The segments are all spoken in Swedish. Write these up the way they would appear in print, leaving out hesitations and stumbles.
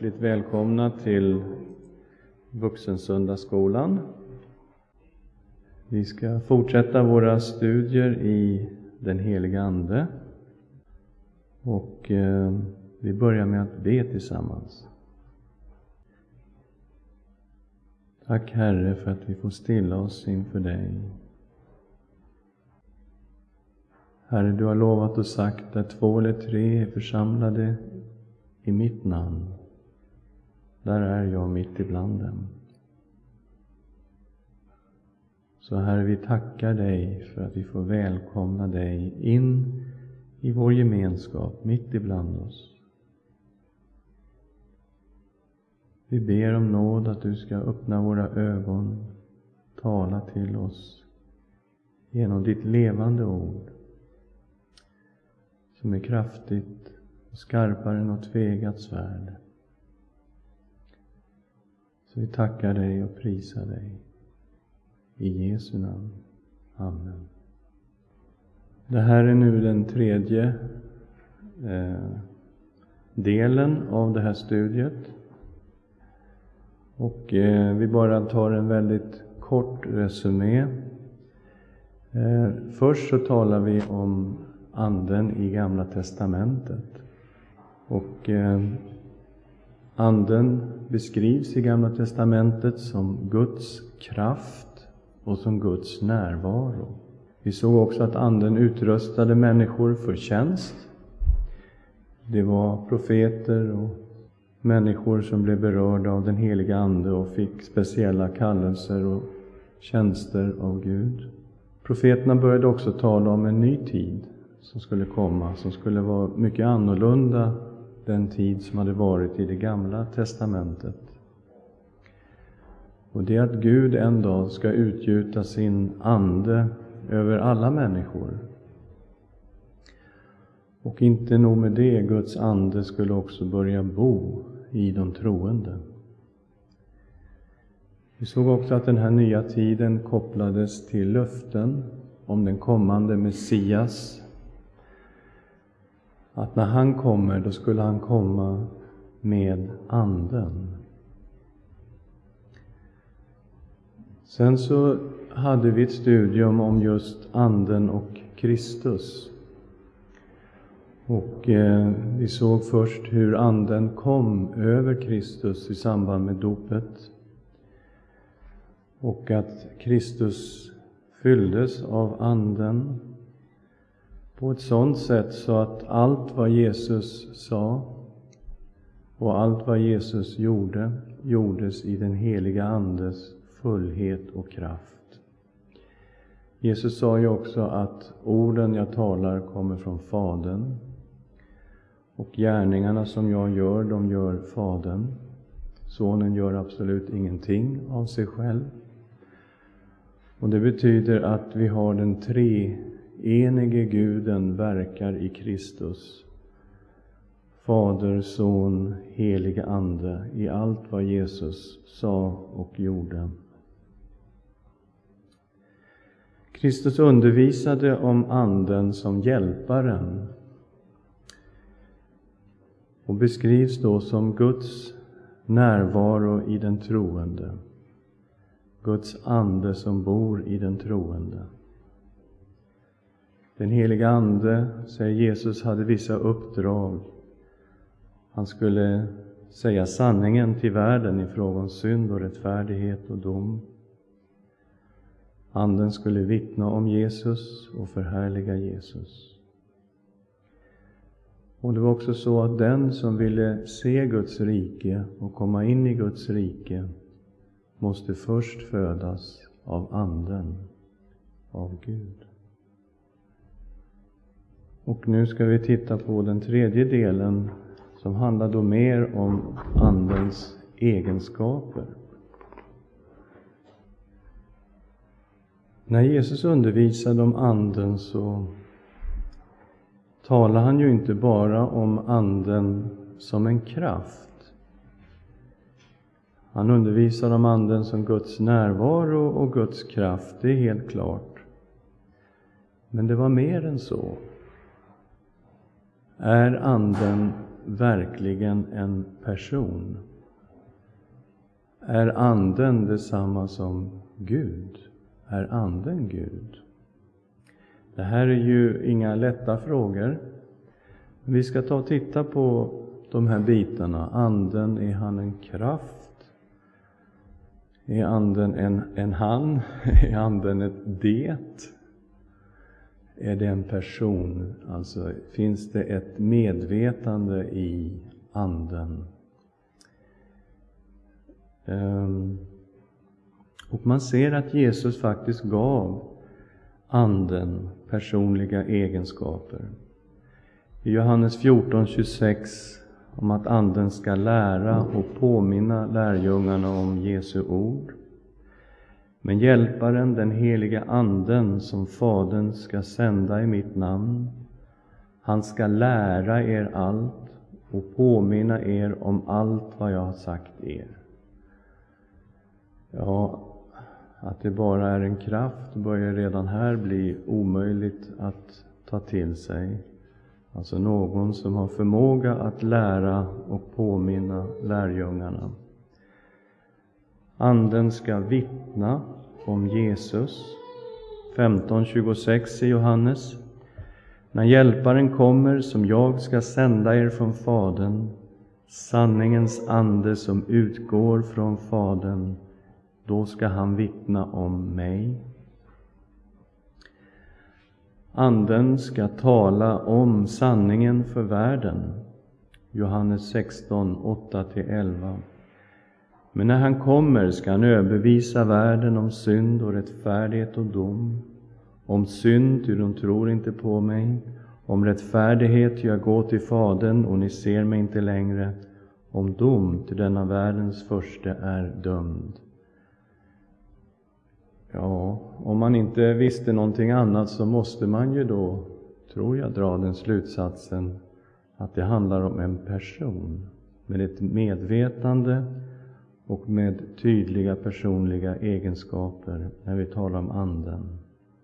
Hjärtligt välkomna till Vuxensöndagsskolan. Vi ska fortsätta våra studier i den heliga Ande. Och vi börjar med att be tillsammans. Tack Herre för att vi får stilla oss inför dig. Herre, du har lovat och sagt att 2 eller 3 är församlade i mitt namn. Där är jag mitt ibland dem. Så Herre, vi tackar dig för att vi får välkomna dig in i vår gemenskap mitt ibland oss. Vi ber om nåd att du ska öppna våra ögon, tala till oss genom ditt levande ord, som är kraftigt och skarpare än något tvegat svärd. Så vi tackar dig och prisar dig. I Jesu namn. Amen. Det här är nu den 3:e delen av det här studiet. Och vi bara tar en väldigt kort resumé. Först så talar vi om anden i Gamla testamentet. Och anden beskrivs i Gamla testamentet som Guds kraft och som Guds närvaro. Vi såg också att anden utrustade människor för tjänst. Det var profeter och människor som blev berörda av den heliga ande och fick speciella kallelser och tjänster av Gud. Profeterna började också tala om en ny tid som skulle komma, som skulle vara mycket annorlunda den tid som hade varit i det Gamla testamentet. Och det är att Gud en dag ska utgjuta sin ande över alla människor. Och inte nog med det, Guds ande skulle också börja bo i de troende. Vi såg också att den här nya tiden kopplades till löften om den kommande Messias. Att när han kommer, då skulle han komma med anden. Sen så hade vi ett studium om just anden och Kristus. Och vi såg först hur anden kom över Kristus i samband med dopet. Och att Kristus fylldes av anden på ett sådant sätt så att allt vad Jesus sa och allt vad Jesus gjorde, gjordes i den heliga andes fullhet och kraft. Jesus sa ju också att orden jag talar kommer från Fadern. Och gärningarna som jag gör, de gör Fadern. Sonen gör absolut ingenting av sig själv. Och det betyder att vi har den treenige Guden verkar i Kristus. Fader, Son, heliga Ande i allt vad Jesus sa och gjorde. Kristus undervisade om anden som hjälparen och beskrivs då som Guds närvaro i den troende. Guds ande som bor i den troende. Den heliga ande, säger Jesus, hade vissa uppdrag. Han skulle säga sanningen till världen i fråga om synd och rättfärdighet och dom. Anden skulle vittna om Jesus och förhärliga Jesus. Och det var också så att den som ville se Guds rike och komma in i Guds rike måste först födas av anden, av Gud. Och nu ska vi titta på den 3:e delen som handlar då mer om andens egenskaper. När Jesus undervisade om anden så talar han ju inte bara om anden som en kraft. Han undervisar om anden som Guds närvaro och Guds kraft, det är helt klart. Men det var mer än så. Är anden verkligen en person? Är anden detsamma som Gud? Är anden Gud? Det här är ju inga lätta frågor. Vi ska ta och titta på de här bitarna. Anden, är han en kraft? Är anden en han? Är anden ett det? Är det en person? Alltså, finns det ett medvetande i anden? Och man ser att Jesus faktiskt gav anden personliga egenskaper. I Johannes 14:26 om att anden ska lära och påminna lärjungarna om Jesu ord. Men hjälparen, den heliga anden, som Fadern ska sända i mitt namn, han ska lära er allt och påminna er om allt vad jag har sagt er. Ja, att det bara är en kraft börjar redan här bli omöjligt att ta till sig. Alltså någon som har förmåga att lära och påminna lärjungarna. Anden ska vittna om Jesus. 15:26 i Johannes. När hjälparen kommer som jag ska sända er från Fadern, sanningens ande som utgår från Fadern, då ska han vittna om mig. Anden ska tala om sanningen för världen. Johannes 16, 8-11. Men när han kommer ska han överbevisa världen om synd och rättfärdighet och dom. Om synd, ty de tror inte på mig. Om rättfärdighet, ty jag går till Fadern och ni ser mig inte längre. Om dom, ty denna världens förste är dömd. Ja, om man inte visste någonting annat så måste man ju då, tror jag, dra den slutsatsen att det handlar om en person med ett medvetande och med tydliga personliga egenskaper när vi talar om anden.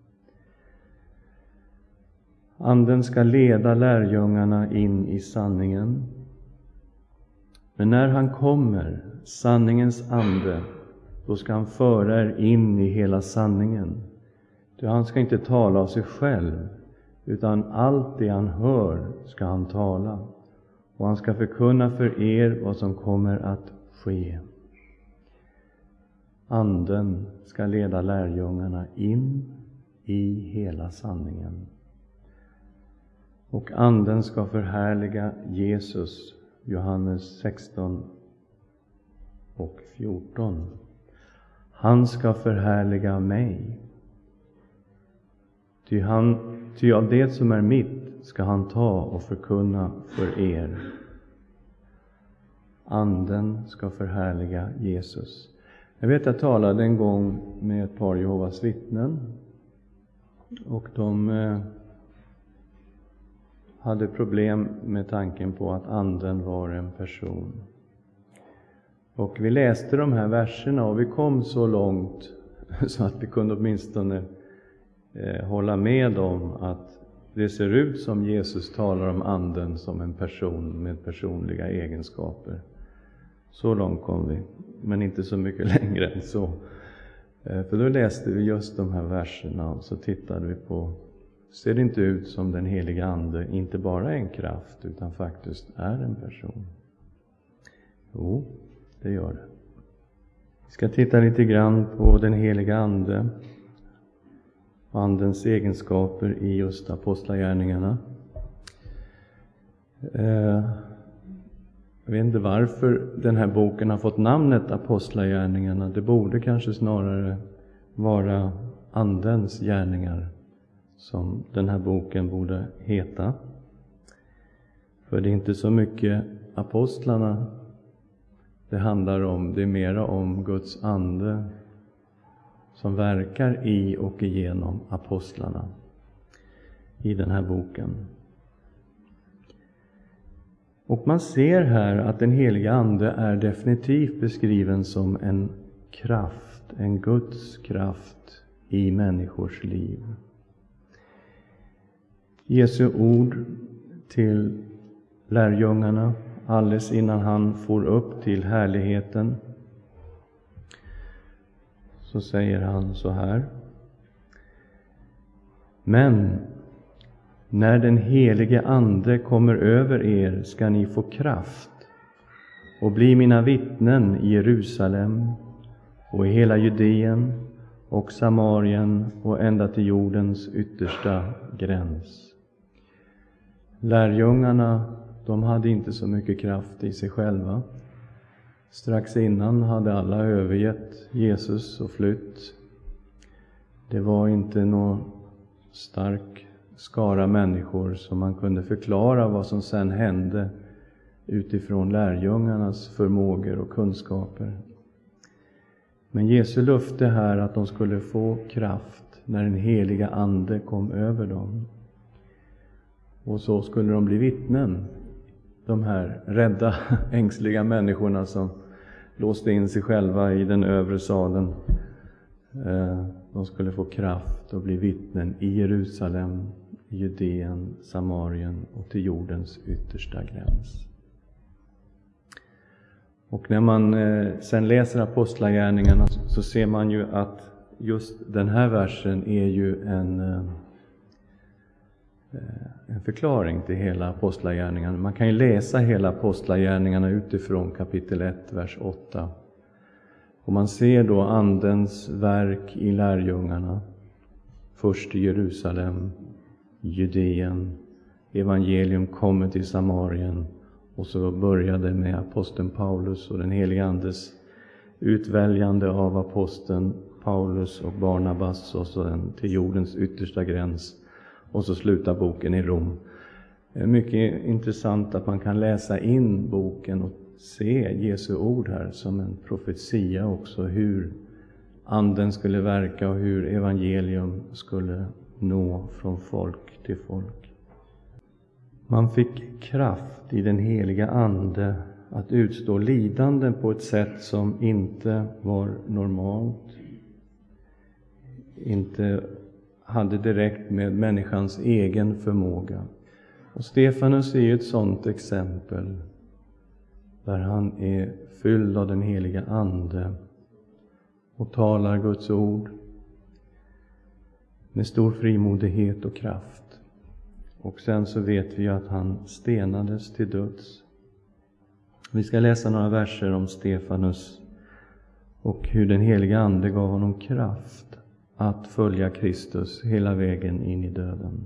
Anden ska leda lärjungarna in i sanningen. Men när han kommer, sanningens ande, då ska han föra er in i hela sanningen. Han ska inte tala av sig själv, utan allt det han hör ska han tala. Och han ska förkunna för er vad som kommer att ske. Anden ska leda lärjungarna in i hela sanningen. Och anden ska förhärliga Jesus. Johannes 16 och 14. Han ska förhärliga mig. Ty av det som är mitt ska han ta och förkunna för er. Anden ska förhärliga Jesus. Jag vet, jag talade en gång med ett par Jehovas vittnen. Och de hade problem med tanken på att anden var en person. Och vi läste de här verserna och vi kom så långt så att vi kunde åtminstone hålla med om att det ser ut som Jesus talar om anden som en person med personliga egenskaper. Så långt kom vi, men inte så mycket längre än så. För då läste vi just de här verserna och så tittade vi på, ser det inte ut som den heliga ande inte bara är en kraft utan faktiskt är en person? Jo, det gör det. Vi ska titta lite grann på den heliga ande, andens egenskaper i just apostlagärningarna. Jag vet inte varför den här boken har fått namnet Apostlagärningarna. Det borde kanske snarare vara andens gärningar som den här boken borde heta. För det är inte så mycket apostlarna det handlar om. Det är mera om Guds ande som verkar i och igenom apostlarna i den här boken. Och man ser här att den heliga ande är definitivt beskriven som en kraft, en Guds kraft i människors liv. Jesu ord till lärjungarna alldeles innan han for upp till härligheten. Så säger han så här: men när den helige ande kommer över er ska ni få kraft och bli mina vittnen i Jerusalem och i hela Judeen och Samarien och ända till jordens yttersta gräns. Lärjungarna, de hade inte så mycket kraft i sig själva. Strax innan hade alla övergett Jesus och flytt. Det var inte någon stark skara människor som man kunde förklara vad som sedan hände utifrån lärjungarnas förmågor och kunskaper. Men Jesu löfte här att de skulle få kraft när den heliga ande kom över dem. Och så skulle de bli vittnen. De här rädda, ängsliga människorna som låste in sig själva i den övre salen. De skulle få kraft och bli vittnen i Jerusalem, i Judeen, Samarien och till jordens yttersta gräns. Och när man sen läser apostlagärningarna så ser man ju att just den här versen är ju en förklaring till hela apostlagärningarna. Man kan ju läsa hela apostlagärningarna utifrån kapitel 1, vers 8. Och man ser då andens verk i lärjungarna. Först i Jerusalem, Judeen, evangelium kommer till Samarien. Och så började med aposteln Paulus och den helige andes utväljande av aposteln Paulus och Barnabas och så till jordens yttersta gräns. Och så slutar boken i Rom. Det är mycket intressant att man kan läsa in boken och se Jesu ord här som en profetia också. Hur anden skulle verka och hur evangelium skulle nå från folk till folk. Man fick kraft i den heliga ande att utstå lidanden på ett sätt som inte var normalt. Inte hade direkt med människans egen förmåga. Och Stefanus är ju ett sådant exempel där han är fylld av den heliga ande och talar Guds ord med stor frimodighet och kraft. Och sen så vet vi att han stenades till döds. Vi ska läsa några verser om Stefanus och hur den heliga ande gav honom kraft att följa Kristus hela vägen in i döden.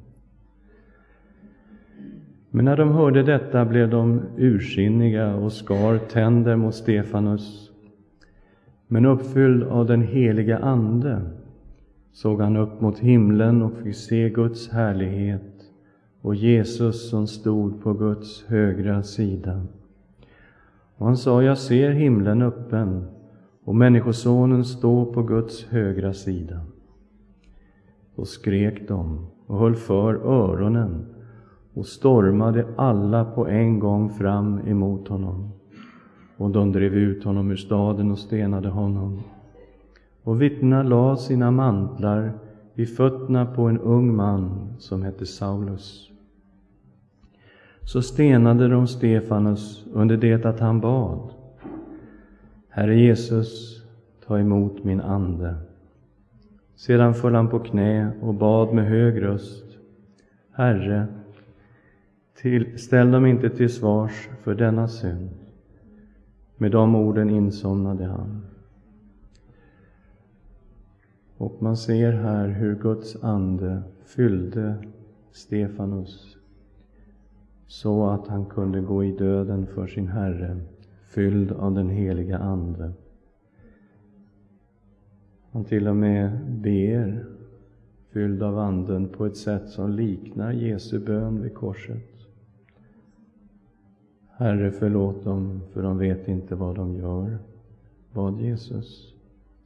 Men när de hörde detta blev de ursinniga och skar tänder mot Stefanus. Men uppfylld av den heliga ande såg han upp mot himlen och fick se Guds härlighet och Jesus som stod på Guds högra sida. Och han sa: jag ser himlen öppen och människosonen står på Guds högra sida. Då skrek de och höll för öronen och stormade alla på en gång fram emot honom. Och de drev ut honom ur staden och stenade honom. Och vittnena la sina mantlar vid fötterna på en ung man som hette Saulus. Så stenade de Stefanus under det att han bad: Herre Jesus, ta emot min ande. Sedan föll han på knä och bad med hög röst: Herre, ställ dem inte till svars för denna synd. Med de orden insomnade han. Och man ser här hur Guds ande fyllde Stefanus så att han kunde gå i döden för sin Herre, fylld av den heliga ande. Han till och med ber, fylld av anden, på ett sätt som liknar Jesu bön vid korset. Herre, förlåt dem, för de vet inte vad de gör, bad Jesus.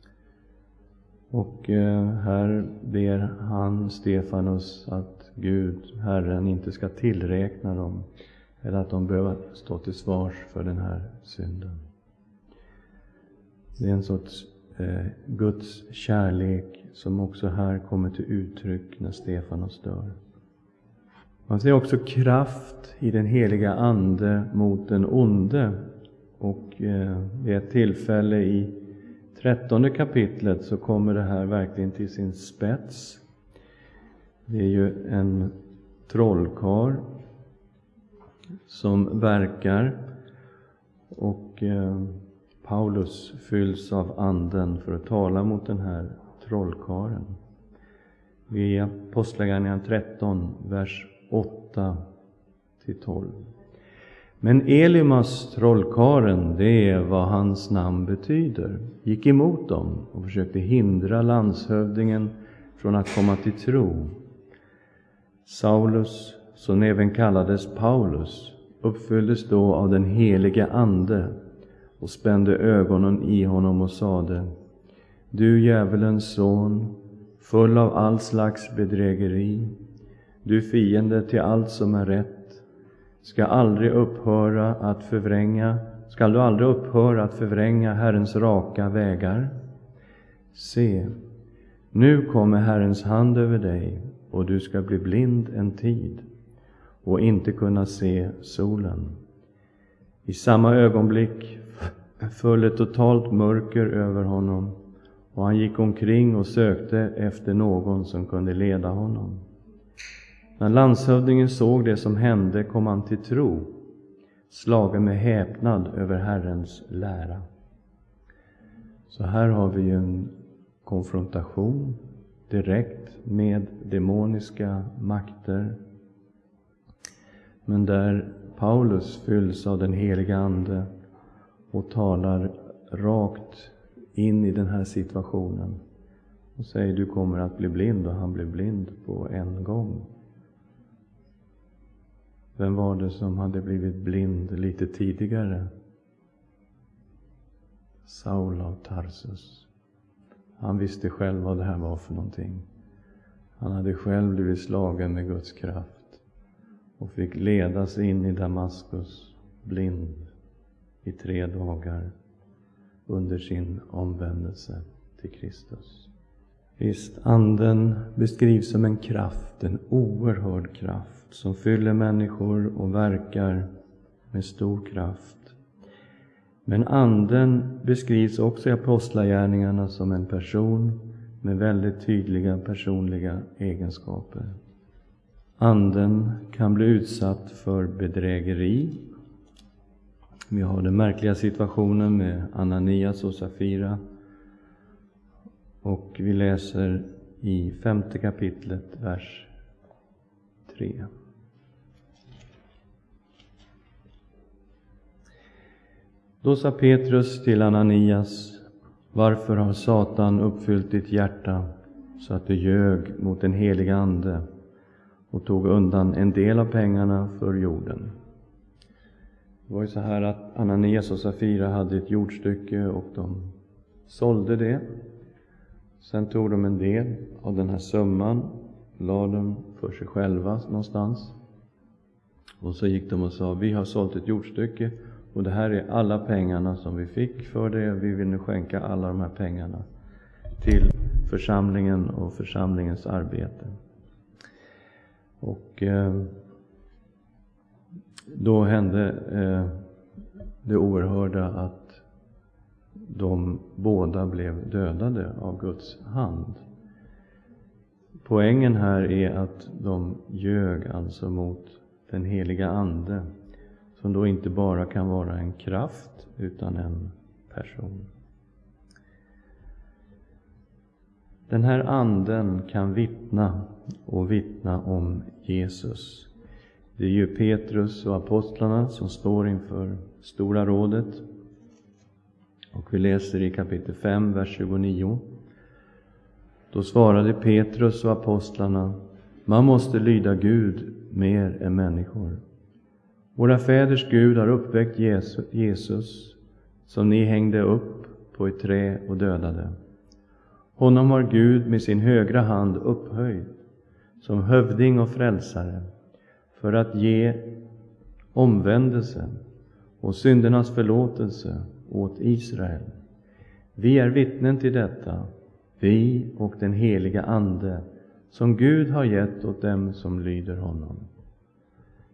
Och här ber han Stefanus att Gud, Herren, inte ska tillräkna dem eller att de behöver stå till svars för den här synden. Det är en sorts Guds kärlek som också här kommer till uttryck när Stefanus dör. Man ser också kraft i den heliga ande mot den onde. Och vid ett tillfälle i 13:e kapitlet så kommer det här verkligen till sin spets. Det är ju en trollkarl som verkar, och Paulus fylls av anden för att tala mot den här trollkarlen. Vid Apostlagärningarna 13, vers 8-12. Men Elimas, trollkarlen, det är vad hans namn betyder, gick emot dem och försökte hindra landshövdingen från att komma till tro. Saulus, som även kallades Paulus, uppfylldes då av den helige ande och spände ögonen i honom och sade: Du djävulens son, full av all slags bedrägeri, du fiende till allt som är rätt, ska du aldrig upphöra att förvränga Herrens raka vägar? Se, nu kommer Herrens hand över dig, och du ska bli blind en tid och inte kunna se solen. I samma ögonblick föll ett totalt mörker över honom, och han gick omkring och sökte efter någon som kunde leda honom. När landshövdingen såg det som hände kom han till tro, slagen med häpnad över Herrens lära. Så här har vi en konfrontation direkt med demoniska makter, men där Paulus fylls av den heliga ande och talar rakt in i den här situationen och säger: du kommer att bli blind. Och han blev blind på en gång. Vem var det som hade blivit blind lite tidigare? Saul av Tarsus. Han visste själv vad det här var för någonting. Han hade själv blivit slagen med Guds kraft och fick ledas in i Damaskus blind i 3 dagar under sin omvändelse till Kristus. Visst, anden beskrivs som en kraft, en oerhörd kraft som fyller människor och verkar med stor kraft. Men anden beskrivs också i apostlagärningarna som en person med väldigt tydliga personliga egenskaper. Anden kan bli utsatt för bedrägeri. Vi har den märkliga situationen med Ananias och Safira. Och vi läser i 5:e kapitlet, vers 3. Då sa Petrus till Ananias: varför har Satan uppfyllt ditt hjärta så att du ljög mot den heliga ande och tog undan en del av pengarna för jorden? Det var ju så här att Ananias och Safira hade ett jordstycke och de sålde det. Sen tog de en del av den här summan, la dem för sig själva någonstans. Och så gick de och sa: vi har sålt ett jordstycke och det här är alla pengarna som vi fick för det. Vi vill nu skänka alla de här pengarna till församlingen och församlingens arbete. Och då hände det oerhörda att de båda blev dödade av Guds hand. Poängen här är att de ljög alltså mot den heliga ande, som då inte bara kan vara en kraft utan en person. Den här anden kan vittna om Jesus. Det är ju Petrus och apostlarna som står inför Stora rådet. Och vi läser i kapitel 5, vers 29. Då svarade Petrus och apostlarna: man måste lyda Gud mer än människor. Våra fäders Gud har uppväckt Jesus, som ni hängde upp på ett trä och dödade. Honom har Gud med sin högra hand upphöjt som hövding och frälsare, för att ge omvändelse och syndernas förlåtelse åt Israel. Vi är vittnen till detta, vi och den heliga ande, som Gud har gett åt dem som lyder honom.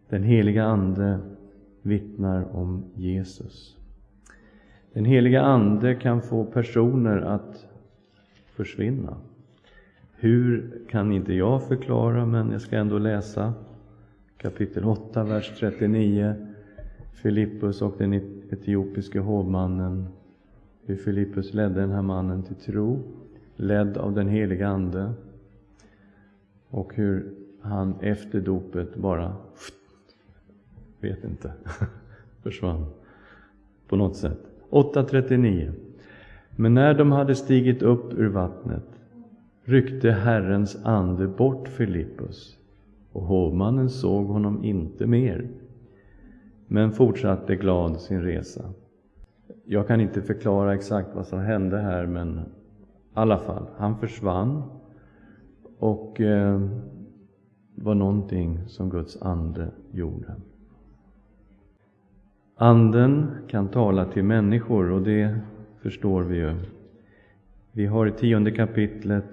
Den heliga Ande vittnar om Jesus. Den heliga Ande kan få personer att försvinna. Hur kan inte jag förklara, men jag ska ändå läsa kapitel 8, vers 39. Filippus och den etiopiske hovmannen. Hur Filippus ledde den här mannen till tro, ledd av den heliga Ande. Och hur han efter dopet bara, vet inte, försvann på något sätt. 8:39. Men när de hade stigit upp ur vattnet ryckte Herrens ande bort Filippus, och hovmannen såg honom inte mer, men fortsatte glad sin resa. Jag kan inte förklara exakt vad som hände här, men i alla fall, han försvann, och det var någonting som Guds ande gjorde. Anden kan tala till människor, och det förstår vi ju. Vi har i 10:e kapitlet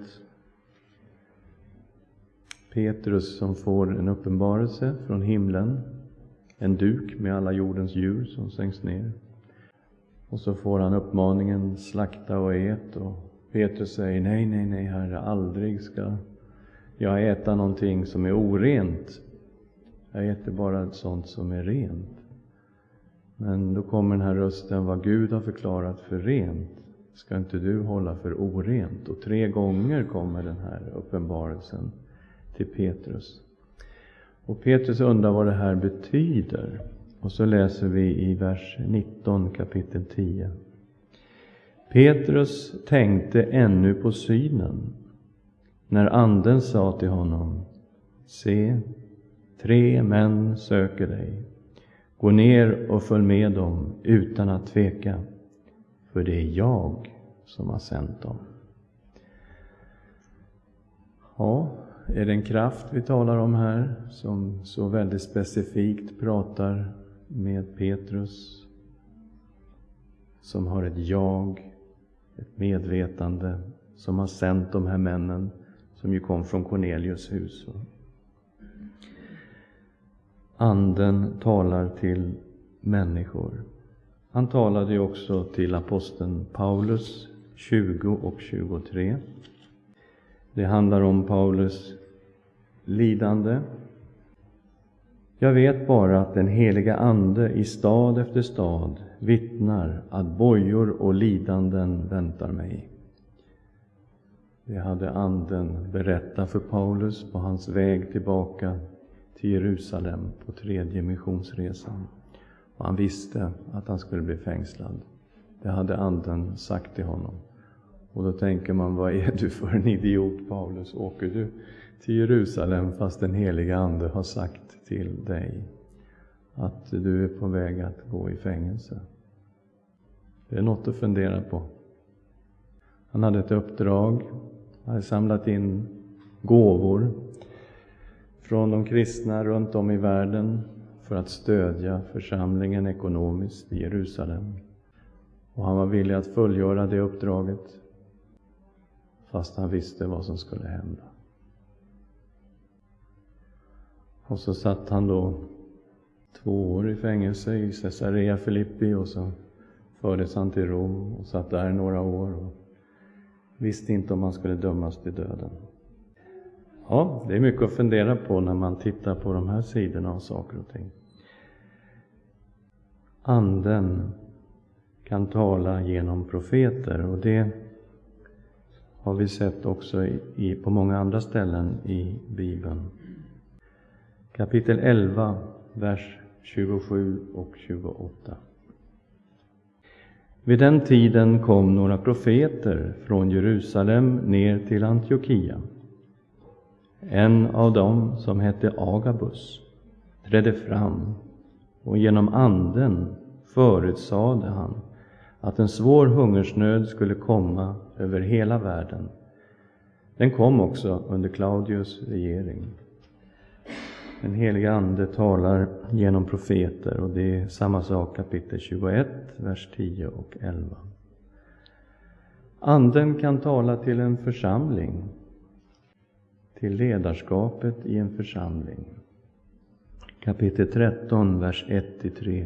Petrus som får en uppenbarelse från himlen. En duk med alla jordens djur som sänks ner. Och så får han uppmaningen, slakta och ät. Och Petrus säger, nej Herre, aldrig ska jag äta någonting som är orent. Jag äter bara ett sånt som är rent. Men då kommer den här rösten, vad Gud har förklarat för rent ska inte du hålla för orent. Och 3 gånger kommer den här uppenbarelsen till Petrus. Och Petrus undrar vad det här betyder. Och så läser vi i vers 19 kapitel 10. Petrus tänkte ännu på synen, när anden sa till honom, se, 3 män söker dig. Gå ner och följ med dem utan att tveka, för det är jag som har sänt dem. Ja, är det en kraft vi talar om här som så väldigt specifikt pratar med Petrus, som har ett jag, ett medvetande, som har sänt de här männen som ju kom från Cornelius hus. Anden talar till människor. Han talade ju också till aposteln Paulus 20 och 23. Det handlar om Paulus lidande. Jag vet bara att den heliga Ande i stad efter stad vittnar att bojor och lidanden väntar mig. Det hade Anden berättat för Paulus på hans väg tillbaka till Jerusalem på 3:e missionsresan. Och han visste att han skulle bli fängslad. Det hade Anden sagt till honom. Och då tänker man, vad är du för en idiot, Paulus? Åker du till Jerusalem fast den heliga Ande har sagt till dig att du är på väg att gå i fängelse? Det är något att fundera på. Han hade ett uppdrag. Han hade samlat in gåvor från de kristna runt om i världen för att stödja församlingen ekonomiskt i Jerusalem. Och han var villig att fullgöra det uppdraget, fast han visste vad som skulle hända. Och så satt han då 2 år i fängelse i Caesarea Philippi, och så fördes han till Rom och satt där några år och visste inte om han skulle dömas till döden. Ja, det är mycket att fundera på när man tittar på de här sidorna av saker och ting. Anden kan tala genom profeter, och det har vi sett också på många andra ställen i Bibeln. Kapitel 11, vers 27 och 28. Vid den tiden kom några profeter från Jerusalem ner till Antiokia. En av dem, som hette Agabus, trädde fram, och genom anden förutsade han att en svår hungersnöd skulle komma över hela världen. Den kom också under Claudius regering. Den heliga Ande talar genom profeter, och det är samma sak kapitel 21, vers 10 och 11. Anden kan tala till en församling, till ledarskapet i en församling. Kapitel 13, vers 1-3.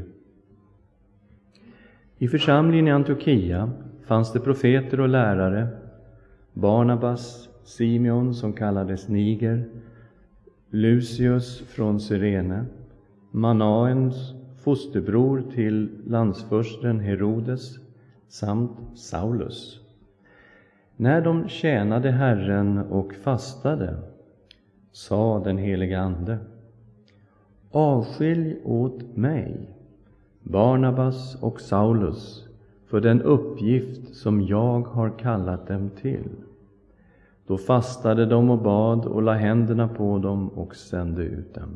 I församlingen i Antiochia fanns det profeter och lärare: Barnabas, Simeon som kallades Niger, Lucius från Cyrene, Manaens fosterbror till landsfursten Herodes, samt Saulus. När de tjänade Herren och fastade, sa den heliga Ande: avskilj åt mig Barnabas och Saulus för den uppgift som jag har kallat dem till. Då fastade de och bad och la händerna på dem och sände ut dem.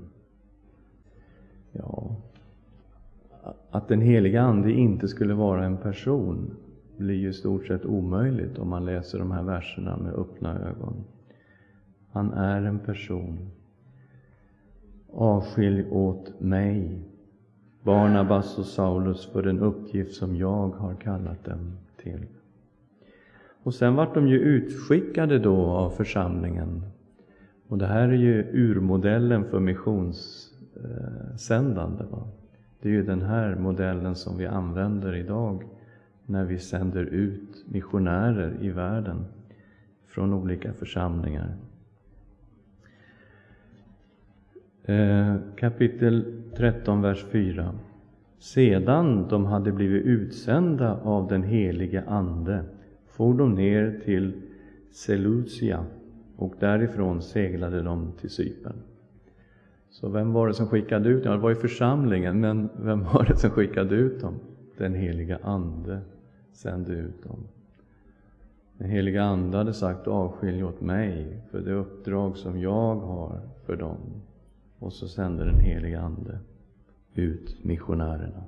Ja, att den heliga Ande inte skulle vara en person blir ju i stort sett omöjligt om man läser de här verserna med öppna ögon. Han är en person. Avskilj åt mig Barnabas och Saulus för den uppgift som jag har kallat dem till. Och sen vart de ju utskickade då av församlingen. Och det här är ju urmodellen för missionssändande. Det är ju den här modellen som vi använder idag när vi sänder ut missionärer i världen från olika församlingar. Kapitel 13, vers 4. Sedan de hade blivit utsända av den helige Ande for de ner till Seleucia och därifrån seglade de till Cypern. Så vem var det som skickade ut dem? Det var ju församlingen, men vem var det som skickade ut dem? Den heliga Ande sände ut dem. Den heliga Ande hade sagt: avskilj åt mig för det uppdrag som jag har för dem. Och så sänder den heliga Ande ut missionärerna.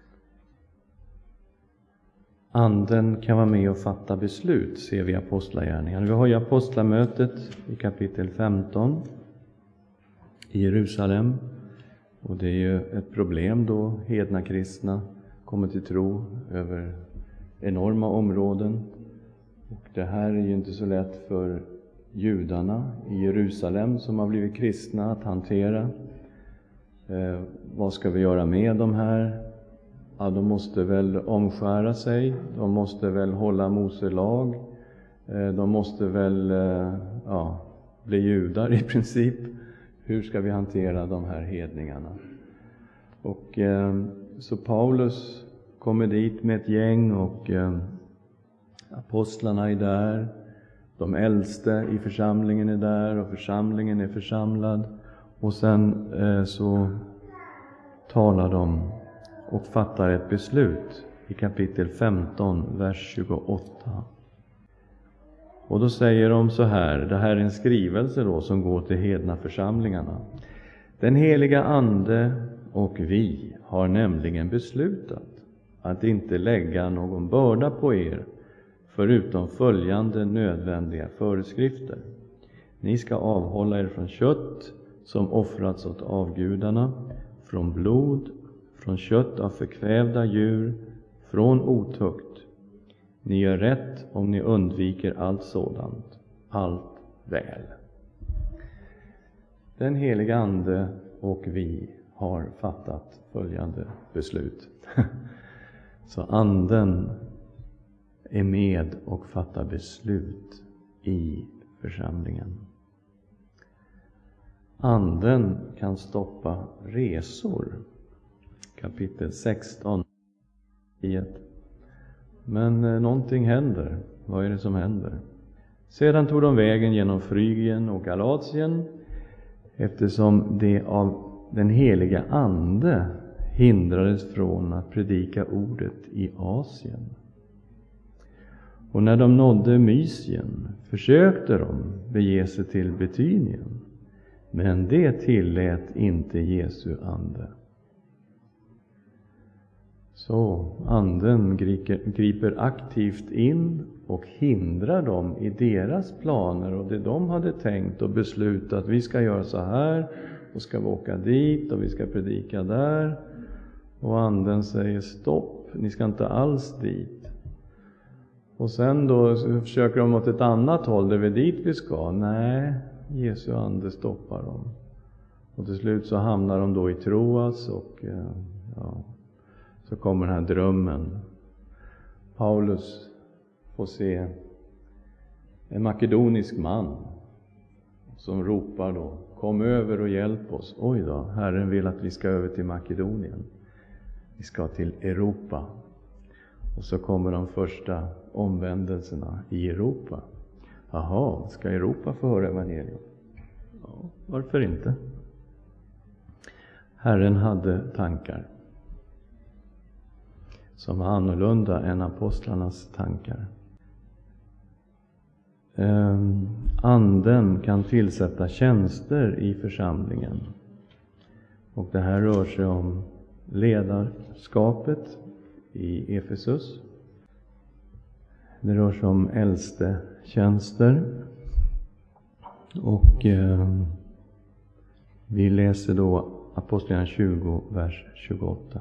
Anden kan vara med och fatta beslut, ser vi i Apostlagärningarna. Vi har ju apostlamötet i kapitel 15 i Jerusalem. Och det är ju ett problem då hedna kristna kommer till tro över enorma områden. Och det här är ju inte så lätt för judarna i Jerusalem som har blivit kristna att hantera. Vad ska vi göra med de här? Ja, de måste väl omskära sig. De måste väl hålla Mose lag. De måste väl bli judar i princip. Hur ska vi hantera de här hedningarna? Och så Paulus kommer dit med ett gäng och apostlarna är där. De äldste i församlingen är där och församlingen är församlad. Och sen så talar de och fattar ett beslut i kapitel 15, vers 28. Och då säger de så här, det här är en skrivelse då som går till hedna församlingarna. Den heliga Ande och vi har nämligen beslutat att inte lägga någon börda på er förutom följande nödvändiga föreskrifter. Ni ska avhålla er från kött som offrats åt avgudarna, från blod, från kött av förkvävda djur, från otukt. Ni gör rätt om ni undviker allt sådant, allt väl. Den heliga Ande och vi har fattat följande beslut. Så Anden är med och fattar beslut i församlingen. Anden kan stoppa resor. Kapitel 16. Men någonting händer. Vad är det som händer? Sedan tog de vägen genom Frygien och Galatien, eftersom det av den heliga Ande hindrades från att predika ordet i Asien. Och när de nådde Mysien försökte de bege sig till Betynien, men det tillät inte Jesu ande. Så Anden griper aktivt in och hindrar dem i deras planer och det de hade tänkt och beslutat att vi ska göra så här och ska vi åka dit och vi ska predika där. Och Anden säger stopp, ni ska inte alls dit. Och sen då försöker de åt ett annat håll, det är dit vi ska. Nej, Jesu Ande stoppar dem. Och till slut så hamnar de då i Troas och så kommer den här drömmen. Paulus får se en makedonisk man som ropar då: kom över och hjälp oss. Oj då, Herren vill att vi ska över till Makedonien. Vi ska till Europa. Och så kommer de första omvändelserna i Europa. Jaha, ska Europa få höra evangelium? Ja, varför inte? Herren hade tankar som var annorlunda än apostlarnas tankar. Anden kan tillsätta tjänster i församlingen. Och det här rör sig om ledarskapet i Efesus. Det rör sig om äldste tjänster. Och vi läser då Apostlagärningarna 20, vers 28.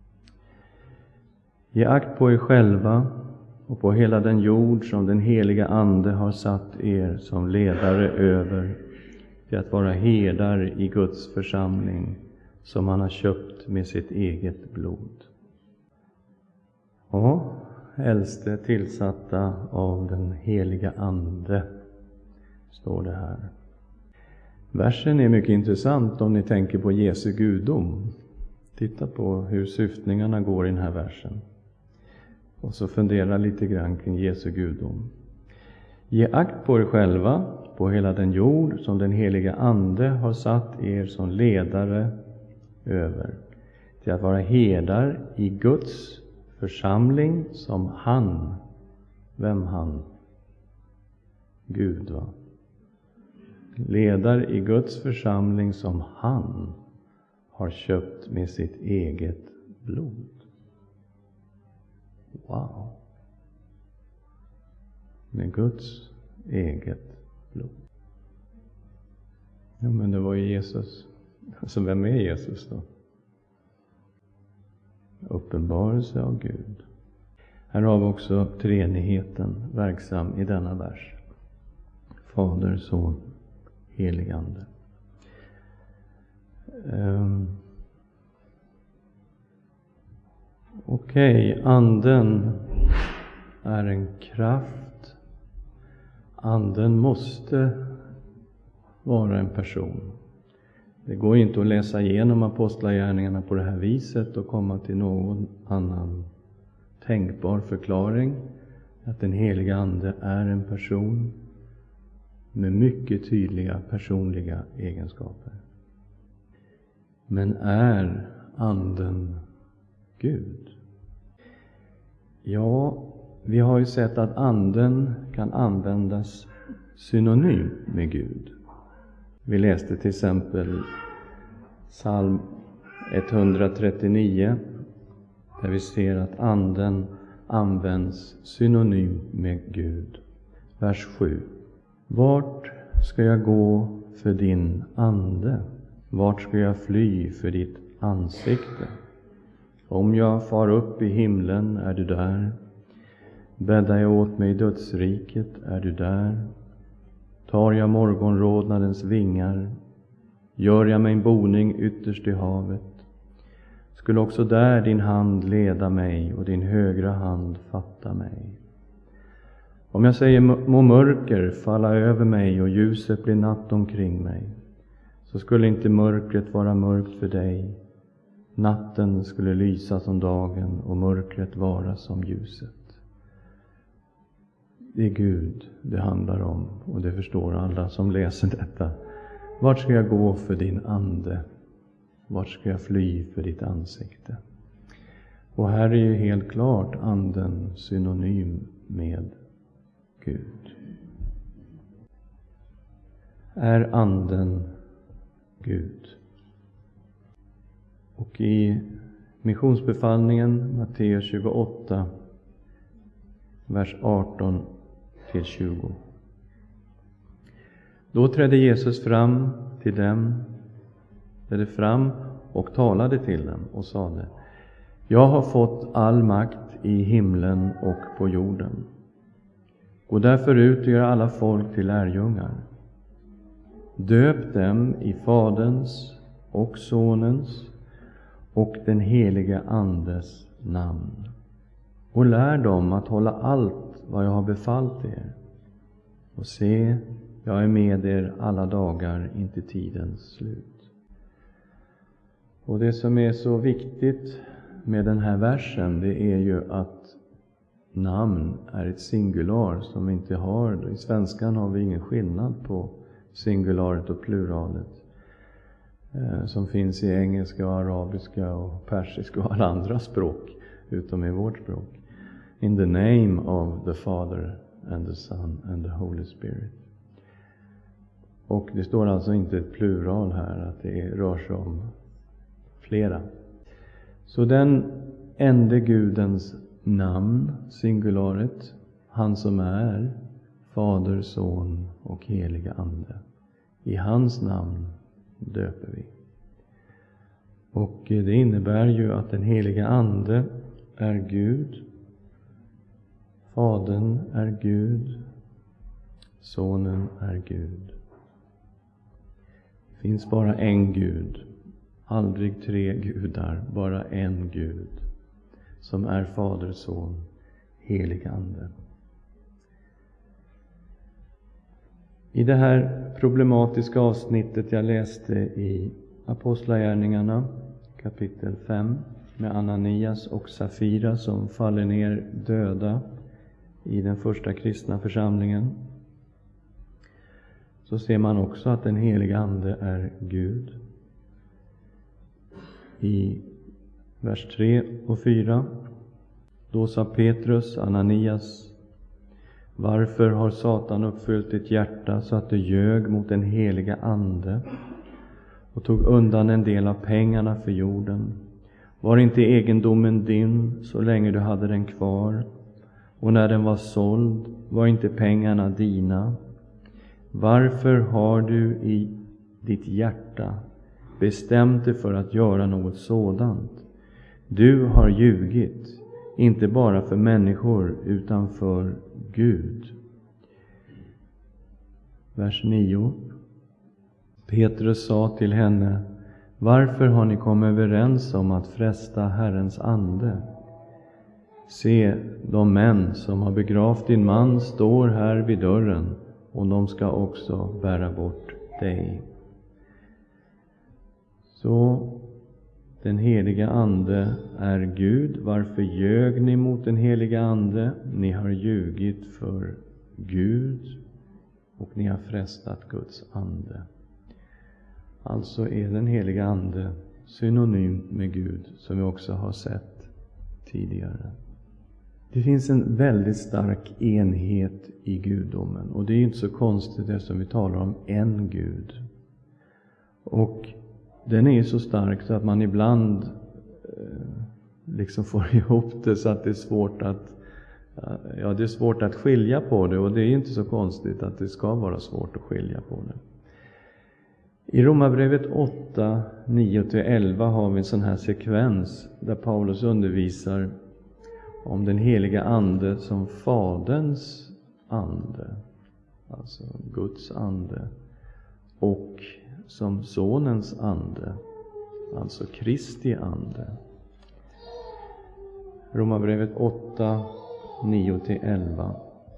Ge akt på er själva och på hela den jord som den heliga Ande har satt er som ledare över, till att vara herdar i Guds församling, som han har köpt med sitt eget blod. Ja, äldste tillsatta av den heliga Ande, står det här. Versen är mycket intressant om ni tänker på Jesu gudom. Titta på hur syftningarna går i den här versen. Och så fundera lite grann kring Jesu gudom. Ge akt på er själva, på hela den jord som den heliga Ande har satt er som ledare över, till att vara herdar i Guds församling, som han, vem han? Gud, va? Ledar i Guds församling som han har köpt med sitt eget blod. Wow. Med Guds eget blod. Ja, men det var ju Jesus. Så vem är Jesus då? Uppenbarelse av Gud. Här har vi också treenigheten verksam i denna vers. Fader, Son, helig Ande. Okej, anden är en kraft. Anden måste vara en person. Det går inte att läsa igenom apostlagärningarna på det här viset och komma till någon annan tänkbar förklaring, att den heliga Ande är en person med mycket tydliga personliga egenskaper. Men är anden Gud? Ja, vi har ju sett att anden kan användas synonym med Gud. Vi läste till exempel psalm 139, där vi ser att anden används synonym med Gud. Vers 7. Vart ska jag gå för din ande? Vart ska jag fly för ditt ansikte? Om jag far upp i himlen, är du där. Bäddar jag åt mig i dödsriket, är du där. Tar jag morgonrodnadens vingar, gör jag mig en boning ytterst i havet, skulle också där din hand leda mig och din högra hand fatta mig. Om jag säger må mörker falla över mig och ljuset blir natt omkring mig, så skulle inte mörkret vara mörkt för dig. Natten skulle lysa som dagen och mörkret vara som ljuset. Det är Gud det handlar om, och det förstår alla som läser detta. Vart ska jag gå för din ande? Vart ska jag fly för ditt ansikte? Och här är ju helt klart anden synonym med Gud. Är anden Gud? Och i missionsbefallningen Matteus 28, vers 18 till 20. Då trädde Jesus fram och talade till dem och sade: Jag har fått all makt i himlen och på jorden. Gå därför ut och gör alla folk till lärjungar. Döp dem i Faderns, och Sonens och den helige Andes namn. Och lär dem att hålla allt vad jag har befallt er. Och se, jag är med er alla dagar intill tidens slut. Och det som är så viktigt med den här versen, det är ju att namn är ett singular som vi inte har. I svenskan har vi ingen skillnad på singularet och pluralet. Som finns i engelska och arabiska och persiska och alla andra språk utom i vårt språk. In the name of the Father and the Son and the Holy Spirit. Och det står alltså inte ett plural här, att det rör sig om flera. Så den ende Gudens namn, singularet, han som är Fader, Son och heliga Ande. I hans namn döper vi. Och det innebär ju att den heliga Ande är Gud. Fadern är Gud. Sonen är Gud. Det finns bara en Gud. Aldrig tre gudar, bara en Gud. Som är Fader, Son, helig Ande. I det här problematiska avsnittet jag läste i Apostlagärningarna kapitel 5 med Ananias och Safira som faller ner döda i den första kristna församlingen, så ser man också att den heliga Ande är Gud. I vers 3 och 4: Då sa Petrus, Ananias: Varför har Satan uppfyllt ditt hjärta så att du ljög mot den heliga Ande och tog undan en del av pengarna för jorden? Var inte egendomen din så länge du hade den kvar? Och när den var såld, var inte pengarna dina? Varför har du i ditt hjärta bestämt dig för att göra något sådant? Du har ljugit, inte bara för människor utan för Gud. Vers 9. Petrus sa till henne: Varför har ni kommit överens om att fresta Herrens ande? Se, de män som har begravt din man står här vid dörren, och de ska också bära bort dig. Så den heliga Ande är Gud. Varför ljög ni mot den heliga Ande? Ni har ljugit för Gud och ni har frestat Guds ande. Alltså är den heliga Ande synonym med Gud, som vi också har sett tidigare. Det finns en väldigt stark enhet i gudomen, och det är inte så konstigt eftersom vi talar om en Gud. Och den är så stark så att man ibland liksom får ihop det så att det är svårt att skilja på det, och det är inte så konstigt att det ska vara svårt att skilja på det. I Romarbrevet 8, 9-11 har vi en sån här sekvens där Paulus undervisar om den heliga Ande som Faderns ande, alltså Guds ande, och som Sonens ande, alltså Kristi ande. Romarbrevet 8, 9-11.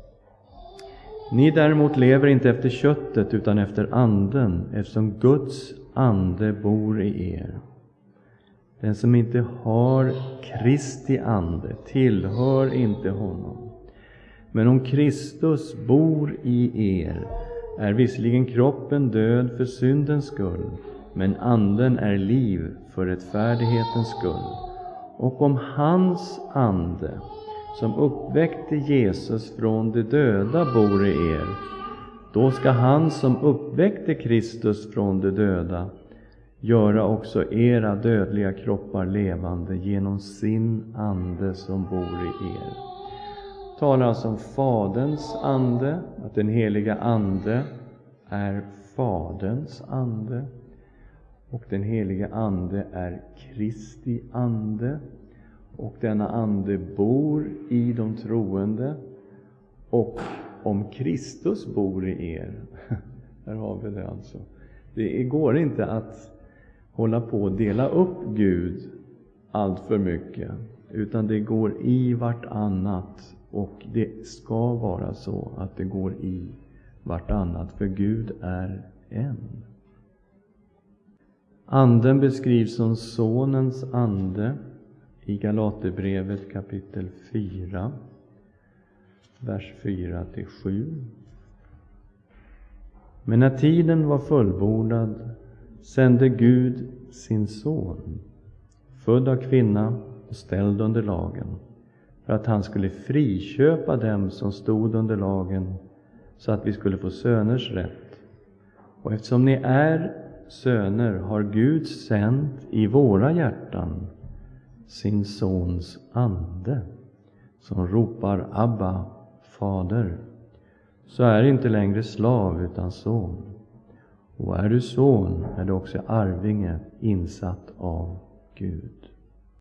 Ni däremot lever inte efter köttet utan efter anden, eftersom Guds ande bor i er. Den som inte har Kristi ande tillhör inte honom. Men om Kristus bor i er är visserligen kroppen död för syndens skull, men anden är liv för rättfärdighetens skull. Och om hans ande, som uppväckte Jesus från de döda, bor i er, då ska han som uppväckte Kristus från de döda göra också era dödliga kroppar levande genom sin ande som bor i er. Talar alltså om Faderns ande, att den heliga ande är Faderns ande, och den heliga ande är Kristi ande, och denna ande bor i de troende. Och om Kristus bor i er, här har vi det alltså. Det går inte att hålla på och dela upp Gud allt för mycket, utan det går i vartannat, och det ska vara så att det går i vartannat, för Gud är en. Anden beskrivs som sonens ande i Galaterbrevet kapitel 4, vers 4-7. Men när tiden var fullbordad sände Gud sin son, född av kvinna och ställd under lagen, för att han skulle friköpa dem som stod under lagen, så att vi skulle få söners rätt. Och eftersom ni är söner har Gud sänt i våra hjärtan sin sons ande, som ropar Abba, Fader. Så är inte längre slav utan son. Och är du son är du också arvinge, insatt av Gud.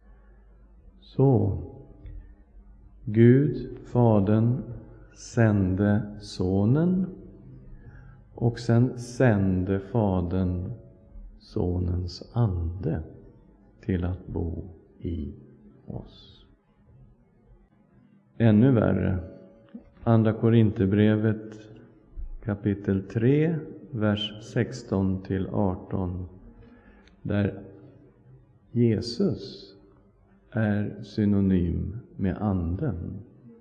Så Gud, Fadern, sände sonen, och sen sände Fadern sonens ande till att bo i oss. Ännu värre, Andra Korinthierbrevet kapitel 3, vers 16-18, där Jesus är synonym med anden.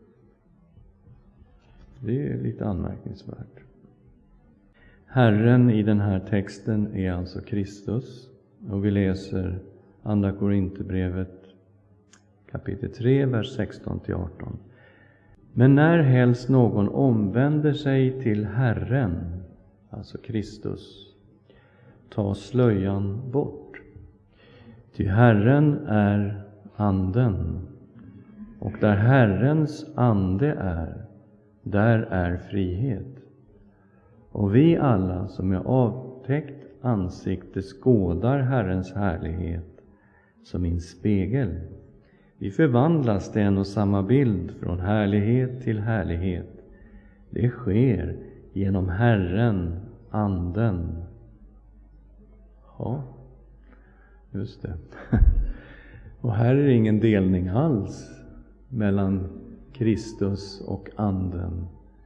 Det är lite anmärkningsvärt. Herren i den här texten är alltså Kristus, och vi läser Andra Korinthierbrevet kapitel 3, vers 16-18. Men när helst någon omvänder sig till Herren, alltså Kristus, ta slöjan bort. Ty Herren är anden, och där Herrens ande är, där är frihet. Och vi alla som är avtäckt ansikte skådar Herrens härlighet som i en spegel. Vi förvandlas till en och samma bild från härlighet till härlighet. Det sker genom Herren, anden. Ja, just det. Och här är det ingen delning alls mellan Kristus och anden.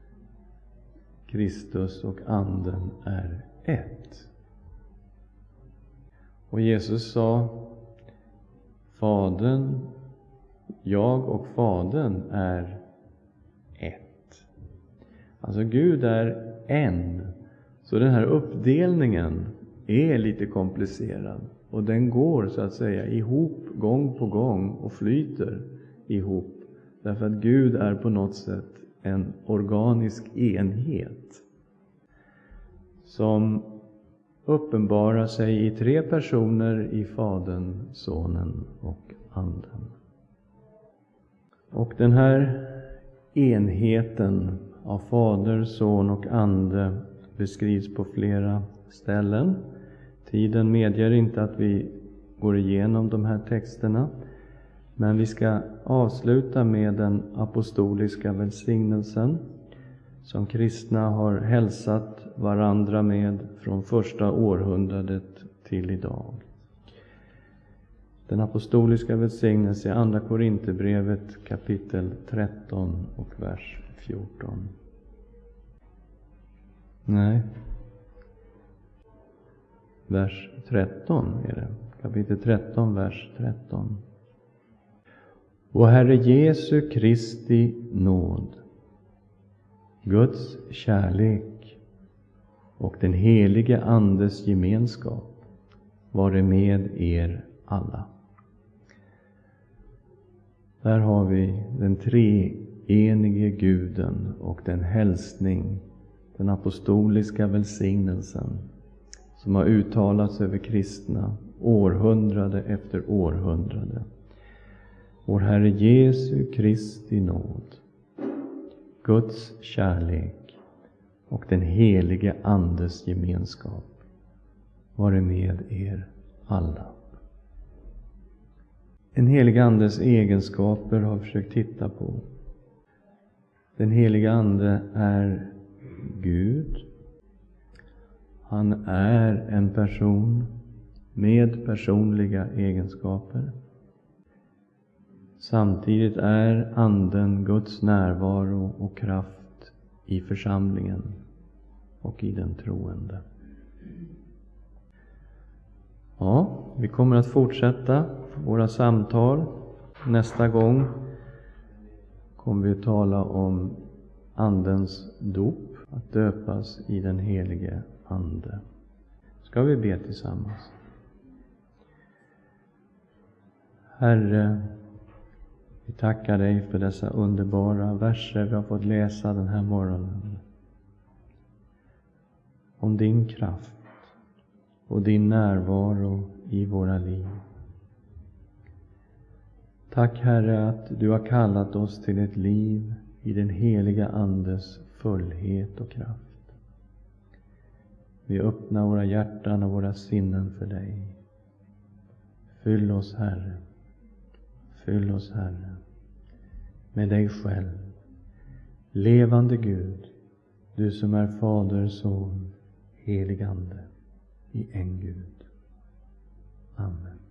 Kristus och anden är ett. Och Jesus sa, Fadern, jag och Fadern är ett. Alltså Gud är en. Så den här uppdelningen är lite komplicerad. Och den går så att säga ihop gång på gång och flyter ihop. Därför att Gud är på något sätt en organisk enhet som uppenbarar sig i tre personer i Fadern, Sonen och Anden. Och den här enheten av Fader, Son och Ande beskrivs på flera ställen. Tiden medger inte att vi går igenom de här texterna, men vi ska avsluta med den apostoliska välsignelsen som kristna har hälsat varandra med från första århundradet till idag. Den apostoliska välsignelsen i Andra Korinthierbrevet kapitel 13 och vers 14. Nej. Vers 13 är det. Kapitel 13, vers 13. Och Herre Jesu Kristi nåd, Guds kärlek och den helige Andes gemenskap vare med er alla. Där har vi den treenige Guden och den hälsning, den apostoliska välsignelsen som har uttalats över kristna århundrade efter århundrade. Vår Herre Jesu Kristi nåd, Guds kärlek och den helige Andes gemenskap vare med er alla. Den helige Andes egenskaper har vi försökt titta på. Den helige Ande är Gud. Han är en person med personliga egenskaper. Samtidigt är Anden Guds närvaro och kraft i församlingen och i den troende. Ja, vi kommer att fortsätta våra samtal. Nästa gång kommer vi att tala om Andens dop, att döpas i den helige Ande. Ska vi be tillsammans? Herre, vi tackar dig för dessa underbara verser vi har fått läsa den här morgonen. Om din kraft och din närvaro i våra liv. Tack Herre att du har kallat oss till ett liv i den heliga Andes fullhet och kraft. Vi öppnar våra hjärtan och våra sinnen för dig. Fyll oss Herre. Fyll oss Herre med dig själv. Levande Gud, du som är Fader, Son, helig Ande, i en Gud. Amen.